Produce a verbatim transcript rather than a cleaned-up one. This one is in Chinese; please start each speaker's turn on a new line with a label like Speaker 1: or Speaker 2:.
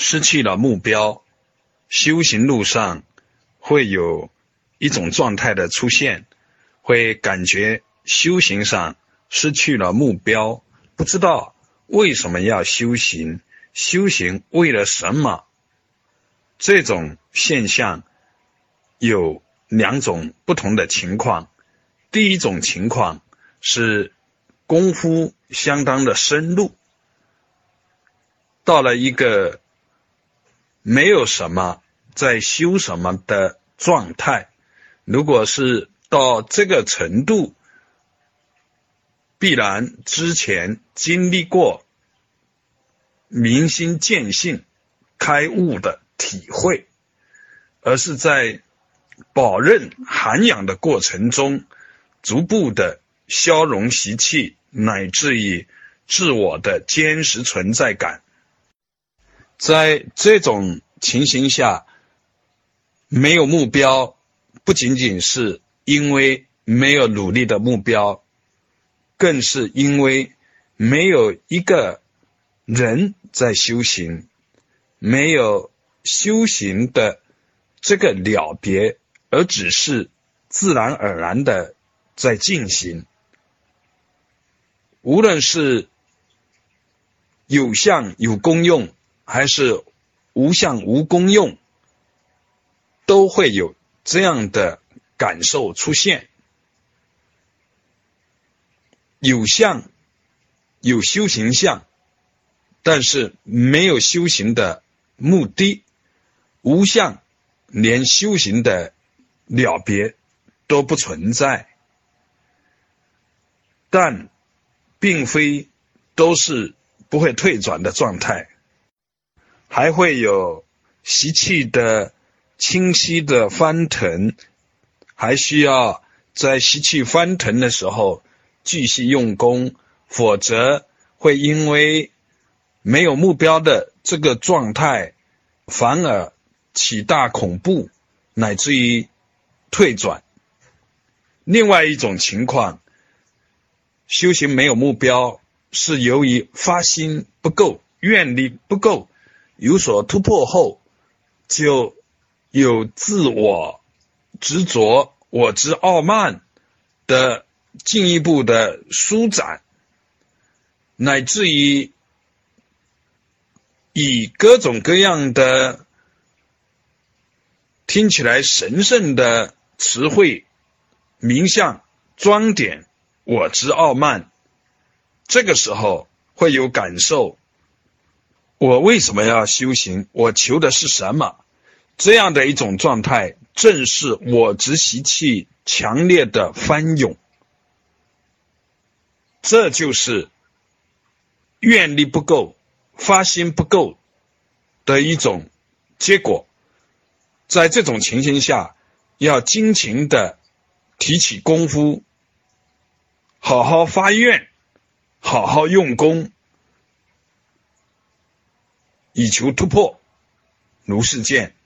Speaker 1: 失去了目标，修行路上会有一种状态的出现，会感觉修行上失去了目标，不知道为什么要修行，修行为了什么。这种现象有两种不同的情况。第一种情况是功夫相当的深入，到了一个没有什么在修什么的状态。如果是到这个程度，必然之前经历过明心见性开悟的体会，而是在保任涵养的过程中逐步的消融习气，乃至于自我的坚实存在感。在这种情形下，没有目标，不仅仅是因为没有努力的目标，更是因为没有一个人在修行，没有修行的这个了别，而只是自然而然的在进行。无论是有相有功用，还是无相无功用，都会有这样的感受出现。有相有修行相，但是没有修行的目的；无相连修行的了别都不存在。但并非都是不会退转的状态，还会有习气的清晰的翻腾，还需要在习气翻腾的时候继续用功，否则会因为没有目标的这个状态，反而起大恐怖，乃至于退转。另外一种情况，修行没有目标，是由于发心不够，愿力不够，有所突破后，就有自我执着、我执傲慢的进一步的舒展，乃至于以各种各样的听起来神圣的词汇、名相、装点我执傲慢。这个时候会有感受，我为什么要修行？我求的是什么？这样的一种状态，正是我执习气强烈的翻涌。这就是愿力不够、发心不够的一种结果。在这种情形下，要精勤的提起功夫，好好发愿，好好用功，以求突破。如是见。